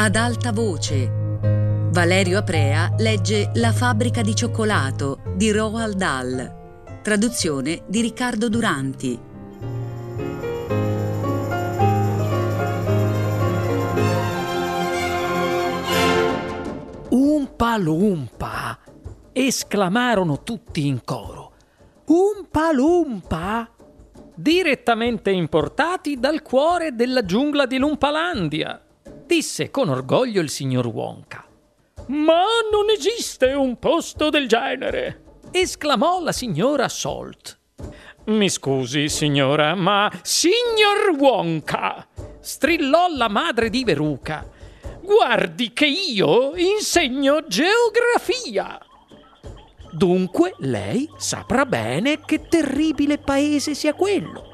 ad alta voce. Valerio Aprea legge La fabbrica di cioccolato di Roald Dahl, traduzione di Riccardo Duranti. Oompa Loompa! Esclamarono tutti in coro. Oompa Loompa! Direttamente importati dal cuore della giungla di Lumpalandia, disse con orgoglio il signor Wonka. Ma non esiste un posto del genere! Esclamò la signora Salt. Mi scusi, signora, ma signor Wonka! Strillò la madre di Veruca. Guardi che io insegno geografia! Dunque lei saprà bene che terribile paese sia quello.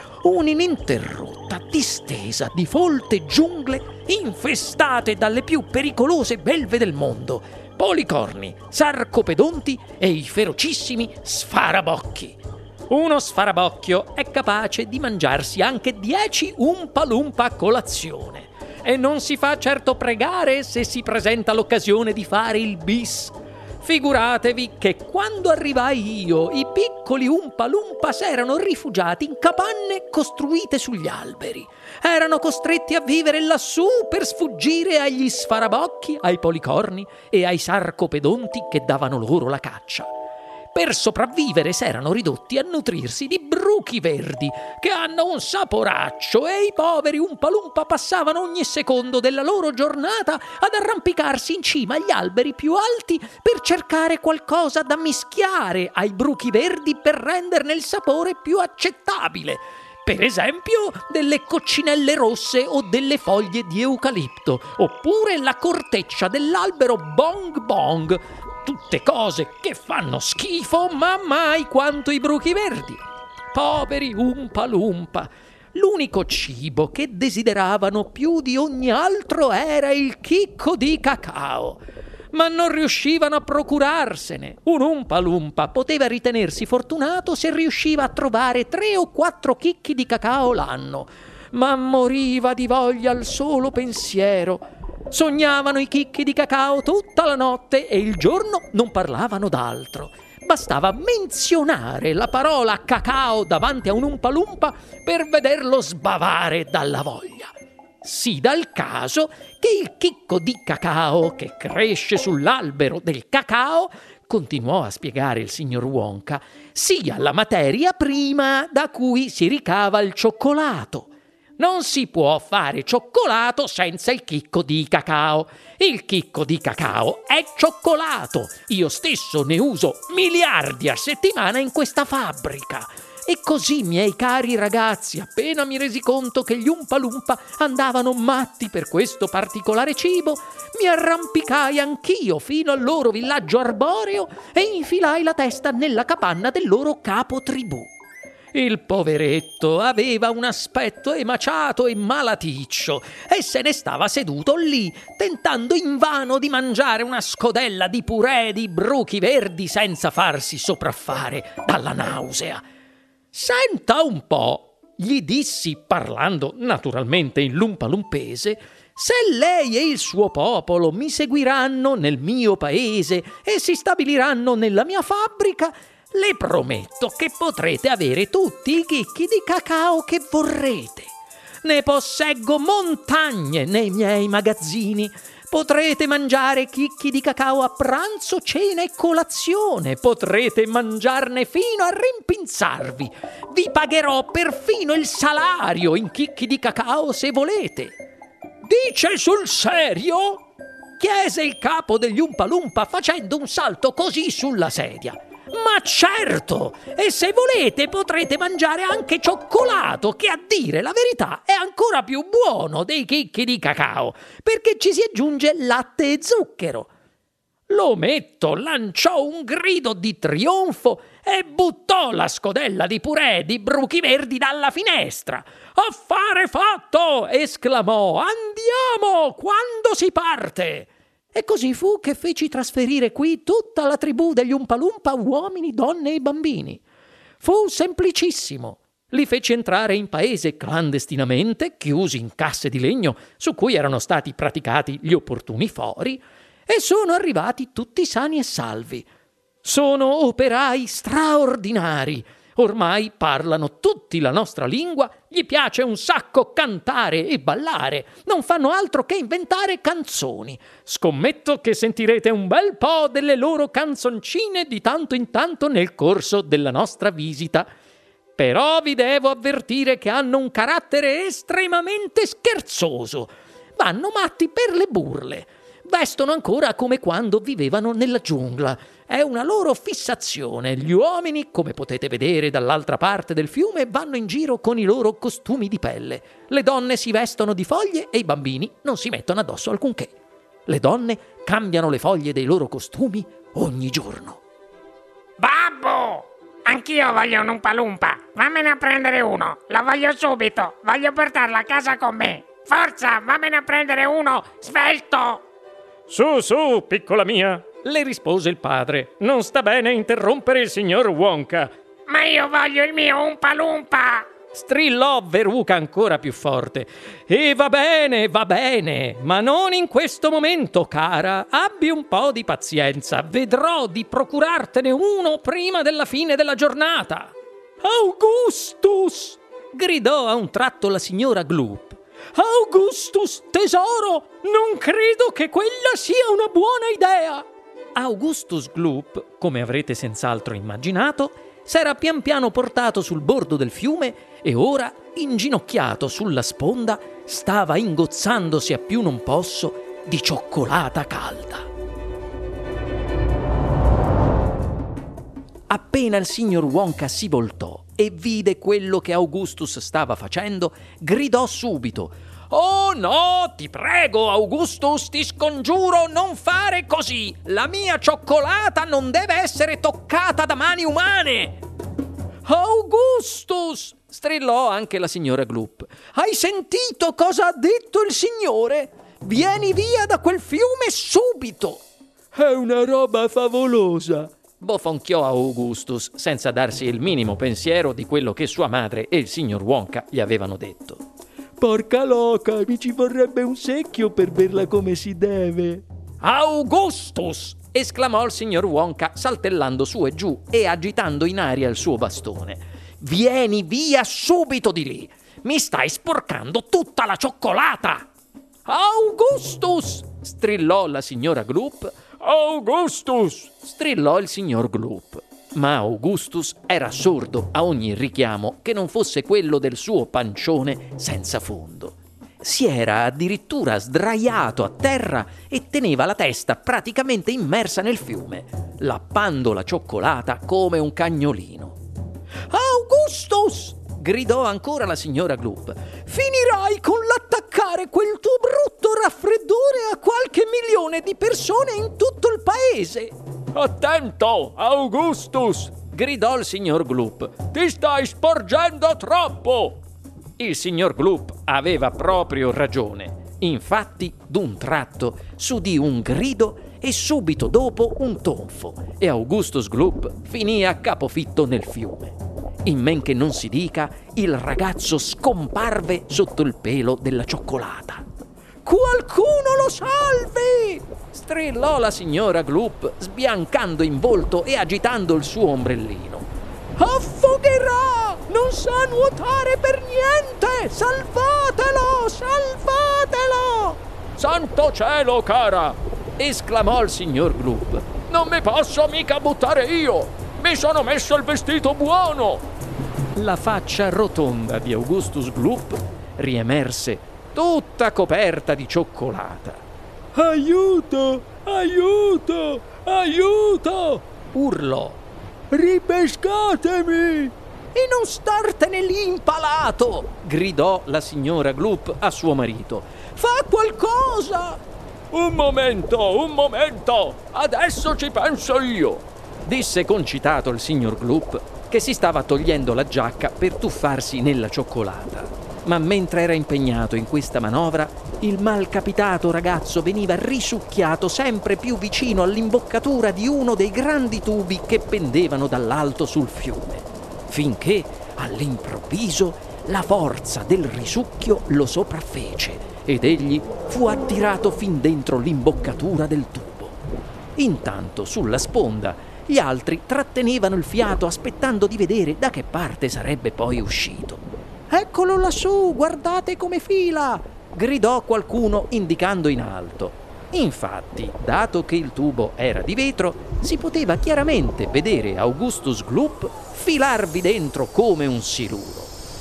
Un'ininterrotta distesa di folte giungle infestate dalle più pericolose belve del mondo, policorni, sarcopedonti e i ferocissimi sfarabocchi. Uno sfarabocchio è capace di mangiarsi anche 10 Oompa Loompa a colazione e non si fa certo pregare se si presenta l'occasione di fare il bis. Figuratevi che quando arrivai io, i piccoli Oompa Loompa s'erano rifugiati in capanne costruite sugli alberi. Erano costretti a vivere lassù per sfuggire agli sfarabocchi, ai policorni e ai sarcopedonti che davano loro la caccia. Per sopravvivere s'erano ridotti a nutrirsi di bruchi verdi che hanno un saporaccio e i poveri Oompa Loompa passavano ogni secondo della loro giornata ad arrampicarsi in cima agli alberi più alti per cercare qualcosa da mischiare ai bruchi verdi per renderne il sapore più accettabile. Per esempio delle coccinelle rosse o delle foglie di eucalipto, oppure la corteccia dell'albero Bong Bong. Tutte cose che fanno schifo, ma mai quanto i bruchi verdi. Poveri Oompa Loompa! L'unico cibo che desideravano più di ogni altro era il chicco di cacao. Ma non riuscivano a procurarsene. Un Oompa Loompa poteva ritenersi fortunato se riusciva a trovare 3 o 4 chicchi di cacao l'anno, ma moriva di voglia al solo pensiero. Sognavano i chicchi di cacao tutta la notte e il giorno non parlavano d'altro. Bastava menzionare la parola cacao davanti a un Oompa Loompa per vederlo sbavare dalla voglia. Si dà il caso che il chicco di cacao che cresce sull'albero del cacao, continuò a spiegare il signor Wonka, sia la materia prima da cui si ricava il cioccolato. Non si può fare cioccolato senza il chicco di cacao. Il chicco di cacao è cioccolato. Io stesso ne uso miliardi a settimana in questa fabbrica. E così, miei cari ragazzi, appena mi resi conto che gli Oompa Loompa andavano matti per questo particolare cibo, mi arrampicai anch'io fino al loro villaggio arboreo e infilai la testa nella capanna del loro capo tribù. Il poveretto aveva un aspetto emaciato e malaticcio e se ne stava seduto lì, tentando invano di mangiare una scodella di purè di bruchi verdi senza farsi sopraffare dalla nausea. «Senta un po'», gli dissi, parlando naturalmente in lumpalumpese, «se lei e il suo popolo mi seguiranno nel mio paese e si stabiliranno nella mia fabbrica, le prometto che potrete avere tutti i chicchi di cacao che vorrete. Ne posseggo montagne nei miei magazzini. Potrete mangiare chicchi di cacao a pranzo, cena e colazione. Potrete mangiarne fino a rimpinzarvi. Vi pagherò perfino il salario in chicchi di cacao se volete». «Dice sul serio?» chiese il capo degli Oompa Loompa facendo un salto così sulla sedia. «Ma certo! E se volete potrete mangiare anche cioccolato, che a dire la verità è ancora più buono dei chicchi di cacao, perché ci si aggiunge latte e zucchero». L'ometto lanciò un grido di trionfo e buttò la scodella di purè di bruchi verdi dalla finestra. «Affare fatto!» esclamò. «Andiamo! Quando si parte?» E così fu che feci trasferire qui tutta la tribù degli Oompa Loompa, uomini, donne e bambini. Fu semplicissimo. Li fece entrare in paese clandestinamente, chiusi in casse di legno su cui erano stati praticati gli opportuni fori, e sono arrivati tutti sani e salvi. Sono operai straordinari. Ormai parlano tutti la nostra lingua, gli piace un sacco cantare e ballare, non fanno altro che inventare canzoni. Scommetto che sentirete un bel po' delle loro canzoncine di tanto in tanto nel corso della nostra visita. Però vi devo avvertire che hanno un carattere estremamente scherzoso. Vanno matti per le burle. Vestono ancora come quando vivevano nella giungla. È una loro fissazione. Gli uomini, come potete vedere dall'altra parte del fiume, vanno in giro con i loro costumi di pelle. Le donne si vestono di foglie e i bambini non si mettono addosso alcunché. Le donne cambiano le foglie dei loro costumi ogni giorno. Babbo! Anch'io voglio un Oompa Loompa. Vammene a prendere uno. Lo voglio subito. Voglio portarlo a casa con me. Forza, vammene a prendere uno svelto. Su, su, piccola mia, le rispose il padre. Non sta bene interrompere il signor Wonka. Ma io voglio il mio Oompa Loompa. Strillò Veruca ancora più forte. E va bene, ma non in questo momento, cara. Abbi un po' di pazienza. Vedrò di procurartene uno prima della fine della giornata. Augustus! Gridò a un tratto la signora Gloop. Augustus, tesoro, non credo che quella sia una buona idea. Augustus Gloop, come avrete senz'altro immaginato, s'era pian piano portato sul bordo del fiume e ora, inginocchiato sulla sponda, stava ingozzandosi a più non posso di cioccolata calda. Appena il signor Wonka si voltò e vide quello che Augustus stava facendo, gridò subito: «Oh no, ti prego, Augustus, ti scongiuro, non fare così! La mia cioccolata non deve essere toccata da mani umane!» «Augustus!» strillò anche la signora Gloop. «Hai sentito cosa ha detto il signore? Vieni via da quel fiume subito!» «È una roba favolosa!» bofonchiò Augustus, senza darsi il minimo pensiero di quello che sua madre e il signor Wonka gli avevano detto. «Porca loca, mi ci vorrebbe un secchio per berla come si deve!» «Augustus!» esclamò il signor Wonka, saltellando su e giù e agitando in aria il suo bastone. «Vieni via subito di lì! Mi stai sporcando tutta la cioccolata!» «Augustus!» strillò la signora Gloop. «Augustus!» strillò il signor Gloop. Ma Augustus era sordo a ogni richiamo che non fosse quello del suo pancione senza fondo. Si era addirittura sdraiato a terra e teneva la testa praticamente immersa nel fiume, lappando la cioccolata come un cagnolino. «Augustus!» gridò ancora la signora Gloop. «Finirai con l'attaccare quel tuo brutto raffreddore a qualche milione di persone in tutto il paese!» «Attento, Augustus!» gridò il signor Gloop. «Ti stai sporgendo troppo!» Il signor Gloop aveva proprio ragione. Infatti, d'un tratto, s'udì un grido e subito dopo un tonfo, e Augustus Gloop finì a capofitto nel fiume. In men che non si dica, il ragazzo scomparve sotto il pelo della cioccolata. «Qualcuno lo salvi!» strillò la signora Gloop, sbiancando in volto e agitando il suo ombrellino. «Affogherà! Non sa nuotare per niente! Salvatelo! Salvatelo!» «Santo cielo, cara!» esclamò il signor Gloop. «Non mi posso mica buttare io! Mi sono messo il vestito buono!» La faccia rotonda di Augustus Gloop riemerse tutta coperta di cioccolata. «Aiuto! Aiuto! Aiuto!» urlò. «Ripescatemi!» «E non startene lì impalato!» gridò la signora Gloop a suo marito. «Fa qualcosa!» Un momento! Adesso ci penso io!» disse concitato il signor Gloop, che si stava togliendo la giacca per tuffarsi nella cioccolata. Ma mentre era impegnato in questa manovra, il malcapitato ragazzo veniva risucchiato sempre più vicino all'imboccatura di uno dei grandi tubi che pendevano dall'alto sul fiume, finché, All'improvviso la forza del risucchio lo sopraffece ed egli fu attirato fin dentro l'imboccatura del tubo. Intanto, sulla sponda, gli altri trattenevano il fiato aspettando di vedere da che parte sarebbe poi uscito. «Eccolo lassù, guardate come fila!» gridò qualcuno indicando in alto. Infatti, dato che il tubo era di vetro, si poteva chiaramente vedere Augustus Gloop filarvi dentro come un siluro.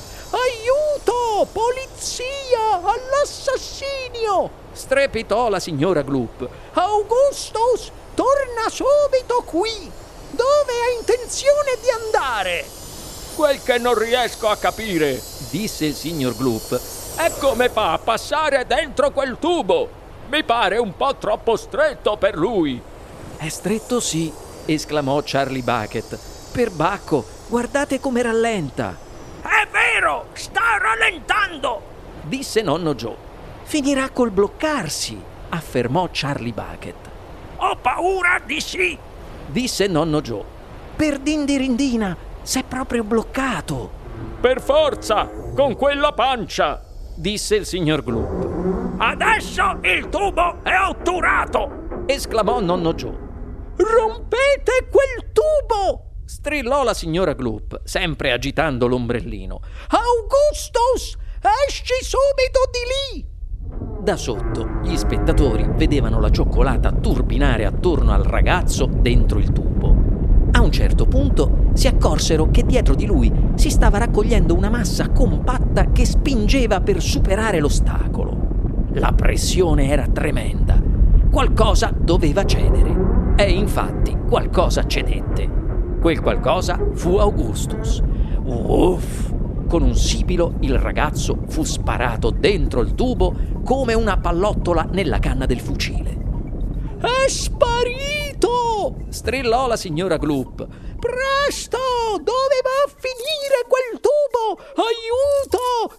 «Aiuto! Polizia! All'assassinio!» strepitò la signora Gloop. «Augustus, torna subito qui! Dove hai intenzione di andare?» «Quel che non riesco a capire», disse il signor Gloop, «è come fa a passare dentro quel tubo. Mi pare un po' troppo stretto per lui». «È stretto sì», esclamò Charlie Bucket. «Perbacco, guardate come rallenta!» È vero, sta rallentando, disse nonno Joe. «Finirà col bloccarsi», affermò Charlie Bucket. ho paura di sì, disse nonno Joe. «Per dindirindina, s'è proprio bloccato!» «Per forza, con quella pancia», disse il signor Gloop. adesso il tubo è otturato, esclamò nonno Joe. «Rompete quel tubo!» strillò la signora Gloop, sempre agitando l'ombrellino. «Augustus, esci subito di lì!» Da sotto gli spettatori vedevano la cioccolata turbinare attorno al ragazzo dentro il tubo. A un certo punto si accorsero che dietro di lui si stava raccogliendo una massa compatta che spingeva per superare l'ostacolo. La pressione era tremenda. Qualcosa doveva cedere. E infatti qualcosa cedette. Quel qualcosa fu Augustus. Uff! Con un sibilo il ragazzo fu sparato dentro il tubo come una pallottola nella canna del fucile. «È sparito!» strillò la signora Gloop. «Presto! Dove va a finire quel tubo? Aiuto!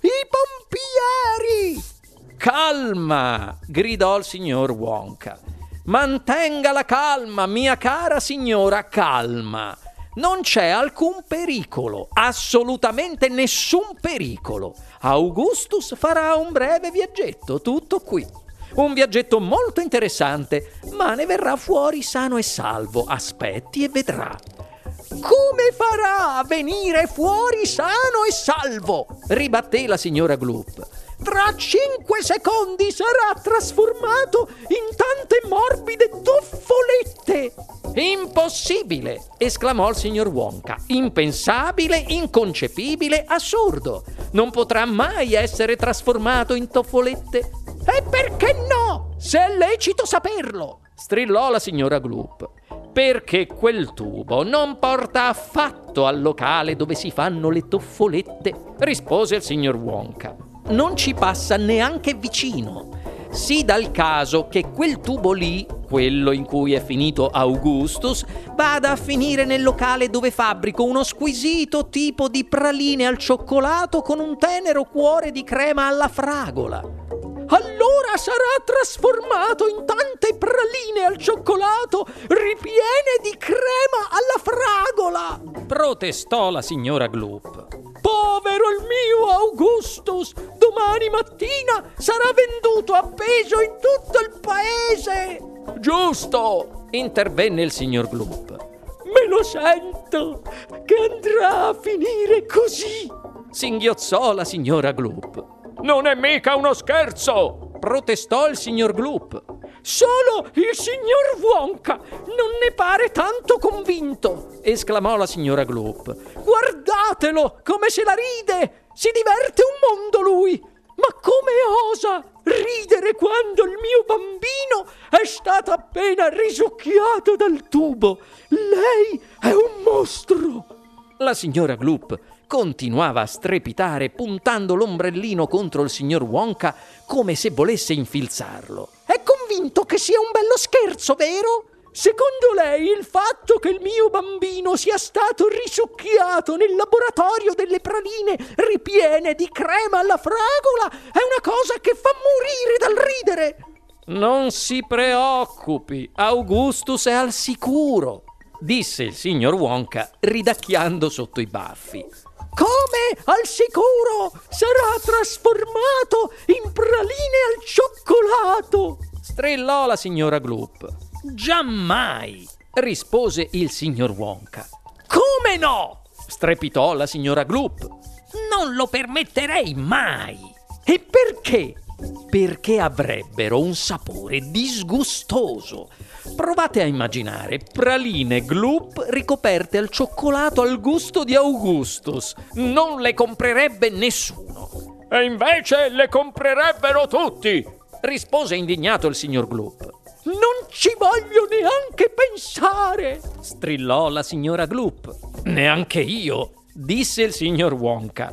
I pompieri!» «Calma!» gridò il signor Wonka. «Mantenga la calma, mia cara signora, calma! Non c'è alcun pericolo, assolutamente nessun pericolo. Augustus farà un breve viaggetto, tutto qui. Un viaggetto molto interessante, ma ne verrà fuori sano e salvo. Aspetti e vedrà». «Come farà a venire fuori sano e salvo?» ribatté la signora Gloop. «Tra 5 secondi sarà trasformato in tante morbide tuffolette!» «Impossibile!» esclamò il signor Wonka. «Impensabile, inconcepibile, assurdo! Non potrà mai essere trasformato in tuffolette!» «E perché no? Se è lecito saperlo!» strillò la signora Gloop. «Perché quel tubo non porta affatto al locale dove si fanno le tuffolette», rispose il signor Wonka. «Non ci passa neanche vicino. Si dà il caso che quel tubo lì, quello in cui è finito Augustus, vada a finire nel locale dove fabbrico uno squisito tipo di praline al cioccolato con un tenero cuore di crema alla fragola. Allora sarà trasformato in tante praline al cioccolato ripiene di crema alla fragola!» protestò la signora Gloop. «Povero il mio Augustus! Domani mattina sarà venduto appeso in tutto il paese!» «Giusto!» intervenne il signor Gloop. «Me lo sento che andrà a finire così!» singhiozzò la signora Gloop. «Non è mica uno scherzo!» protestò il signor Gloop. «Solo il signor Wonka non ne pare tanto convinto!» esclamò la signora Gloop. «Guardatelo come se la ride! Si diverte un mondo lui! Ma come osa ridere quando il mio bambino è stato appena risucchiato dal tubo? Lei è un mostro!» La signora Gloop continuava a strepitare puntando l'ombrellino contro il signor Wonka come se volesse infilzarlo. «È convinto che sia un bello scherzo, vero? Secondo lei il fatto che il mio bambino sia stato risucchiato nel laboratorio delle praline ripiene di crema alla fragola è una cosa che fa morire dal ridere?» «Non si preoccupi, Augustus è al sicuro», disse il signor Wonka ridacchiando sotto i baffi. Come al sicuro sarà trasformato in praline al cioccolato? Strillò la signora Gloop. Giammai, rispose il signor Wonka. Come no? Strepitò la signora Gloop. Non lo permetterei mai. E perché? Perché avrebbero un sapore disgustoso. Provate a immaginare praline Gloop ricoperte al cioccolato al gusto di Augustus. Non le comprerebbe nessuno. E invece le comprerebbero tutti, rispose indignato il signor Gloop. Non ci voglio neanche pensare, strillò la signora Gloop. Neanche io, disse il signor Wonka.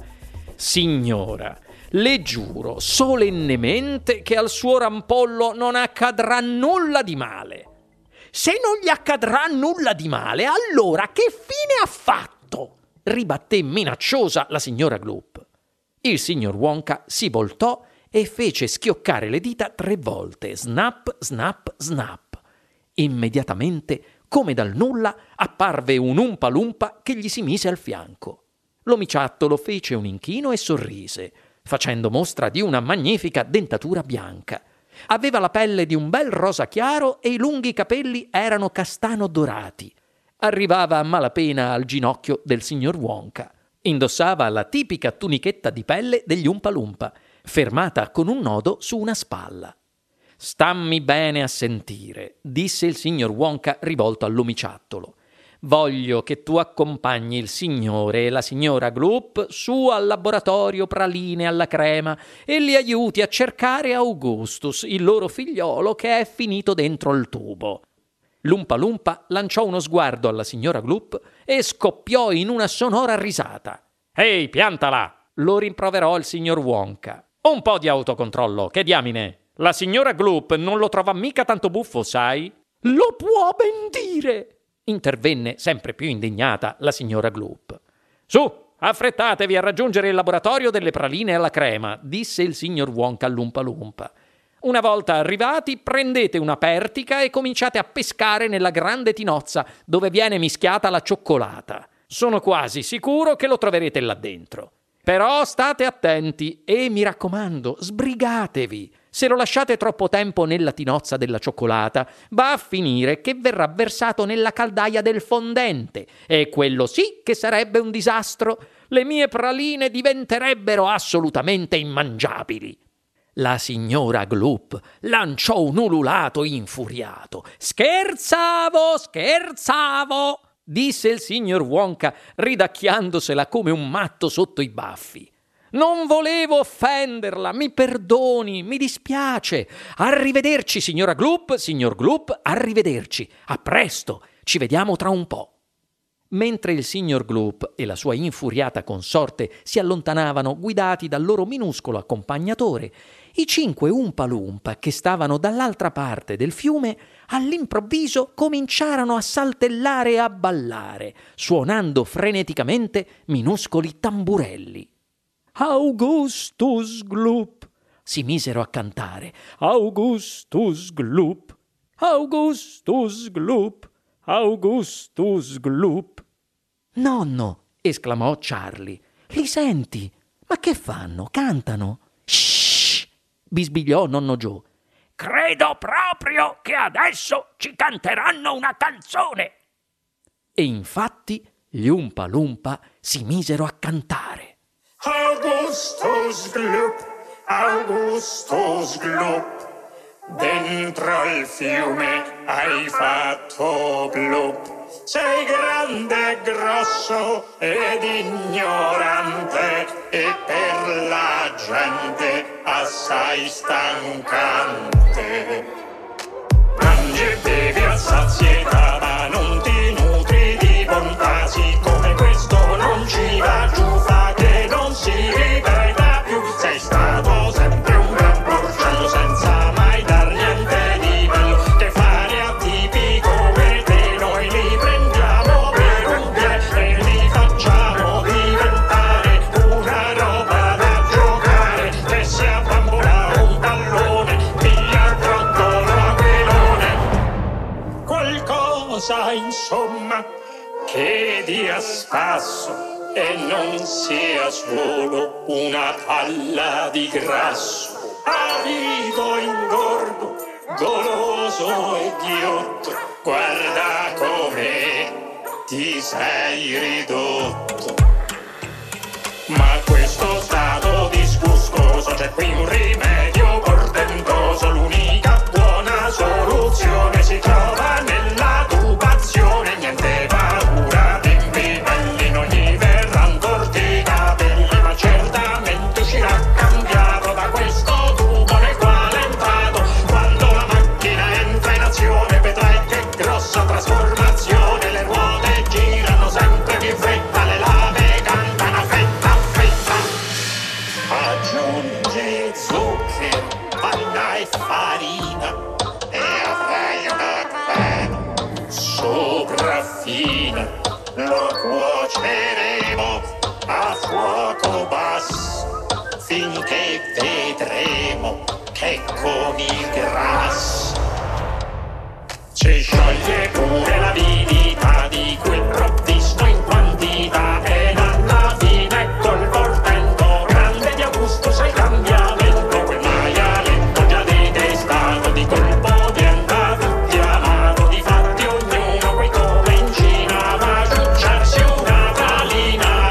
Signora, le giuro solennemente che al suo rampollo non accadrà nulla di male. Se non gli accadrà nulla di male, allora che fine ha fatto? Ribatté minacciosa la signora Gloop. Il signor Wonka si voltò e fece schioccare le dita 3 volte, snap, snap, snap. Immediatamente, come dal nulla, apparve un Oompa Loompa che gli si mise al fianco. L'omiciattolo fece un inchino e sorrise, facendo mostra di una magnifica dentatura bianca. Aveva la pelle di un bel rosa chiaro e i lunghi capelli erano castano dorati. Arrivava a malapena al ginocchio del signor Wonka. Indossava la tipica tunichetta di pelle degli Oompa Loompa, fermata con un nodo su una spalla. «Stammi bene a sentire», disse il signor Wonka rivolto all'omiciattolo. «Voglio che tu accompagni il signore e la signora Gloop su al laboratorio praline alla crema e li aiuti a cercare Augustus, il loro figliolo che è finito dentro il tubo». L'Oompa Loompa lanciò uno sguardo alla signora Gloop e scoppiò in una sonora risata. «Ehi, piantala!» lo rimproverò il signor Wonka. «Un po' di autocontrollo, che diamine! La signora Gloop non lo trova mica tanto buffo, sai?» «Lo può ben dire!» intervenne sempre più indignata la signora Gloop. «Su, affrettatevi a raggiungere il laboratorio delle praline alla crema», disse il signor Wonka all'Oompa Loompa. «Una volta arrivati, prendete una pertica e cominciate a pescare nella grande tinozza dove viene mischiata la cioccolata. Sono quasi sicuro che lo troverete là dentro. Però state attenti e mi raccomando, sbrigatevi. Se lo lasciate troppo tempo nella tinozza della cioccolata, va a finire che verrà versato nella caldaia del fondente e quello sì che sarebbe un disastro. Le mie praline diventerebbero assolutamente immangiabili». La signora Gloop lanciò un ululato infuriato. «Scherzavo, scherzavo!» disse il signor Wonka, ridacchiandosela come un matto sotto i baffi. «Non volevo offenderla, mi perdoni, mi dispiace. Arrivederci, signora Gloop, signor Gloop, arrivederci. A presto, ci vediamo tra un po'». Mentre il signor Gloop e la sua infuriata consorte si allontanavano guidati dal loro minuscolo accompagnatore, i 5 Oompa Loompa che stavano dall'altra parte del fiume all'improvviso cominciarono a saltellare e a ballare, suonando freneticamente minuscoli tamburelli. «Augustus Gloop», si misero a cantare. «Augustus Gloop, Augustus Gloop, Augustus Gloop». «Nonno», esclamò Charlie, «li senti? Ma che fanno? Cantano?» «Shh!» bisbigliò nonno Joe. «Credo proprio che adesso ci canteranno una canzone!» E infatti gli Oompa Loompa si misero a cantare. Augustus Gloop, Augustus Gloop, dentro il fiume hai fatto bloop. Sei grande e grosso ed ignorante e per la gente assai stancante. Mangi e bevi a sazietà ma non ti nutri di bontà. Siccome questo non ci va giù, fa che non si ripeta più. Sei stato sempre un gran porcello senza mai dar niente di bello. Che fare a tipi come te noi li prendiamo per un piede e li facciamo diventare una roba da giocare. Che sia bambola un pallone, via trottolo aquilone. Qualcosa insomma che dia spasso e non sia solo una palla di grasso, avido, ingordo, goloso e ghiotto. Guarda come ti sei ridotto. Ma questo stato disgustoso, c'è qui un rimedio portentoso. L'unica buona soluzione si trova nella tubazione. Niente paura, tempi belli non gli verranno corti i capelli, ma certamente uscirà cambiato da questo tubo nel quale è entrato. Quando la macchina entra in azione vedrai che grossa trasformazione. Le ruote girano sempre più in fretta, le lame cantano a fetta a fetta. Aggiungi zucchero, panna e farina e avrai una crema sopraffina. Lo cuoceremo a fuoco basso finché vedremo che con il grasso si scioglie pure l'avidità di quel provvisto in quantità, ed alla fine col portento grande di Augusto sai il cambiamento. Quel maialetto già detestato di colpo diventa tutti amato. Difatti ognuno poi cominciava a ciucciarsi una pallina.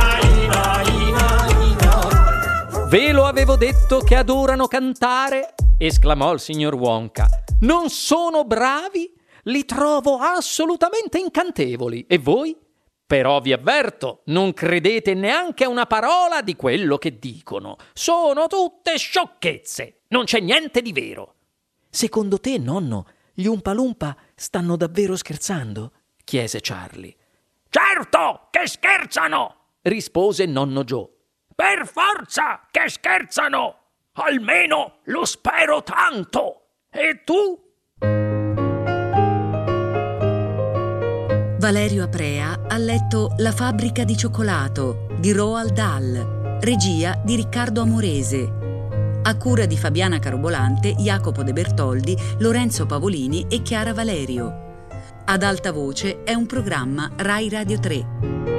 Ve lo avevo detto che adorano cantare, esclamò il signor Wonka. Non sono bravi? Li trovo assolutamente incantevoli. E voi? Però vi avverto, non credete neanche a una parola di quello che dicono. Sono tutte sciocchezze. Non c'è niente di vero. Secondo te, nonno, gli Oompa Loompa stanno davvero scherzando? Chiese Charlie. Certo che scherzano! Rispose nonno Joe. Per forza che scherzano! Almeno lo spero tanto! E tu? Valerio Aprea ha letto La fabbrica di cioccolato di Roald Dahl, regia di Riccardo Amorese, a cura di Fabiana Carobolante, Jacopo De Bertoldi, Lorenzo Pavolini e Chiara Valerio. Ad alta voce è un programma Rai Radio 3.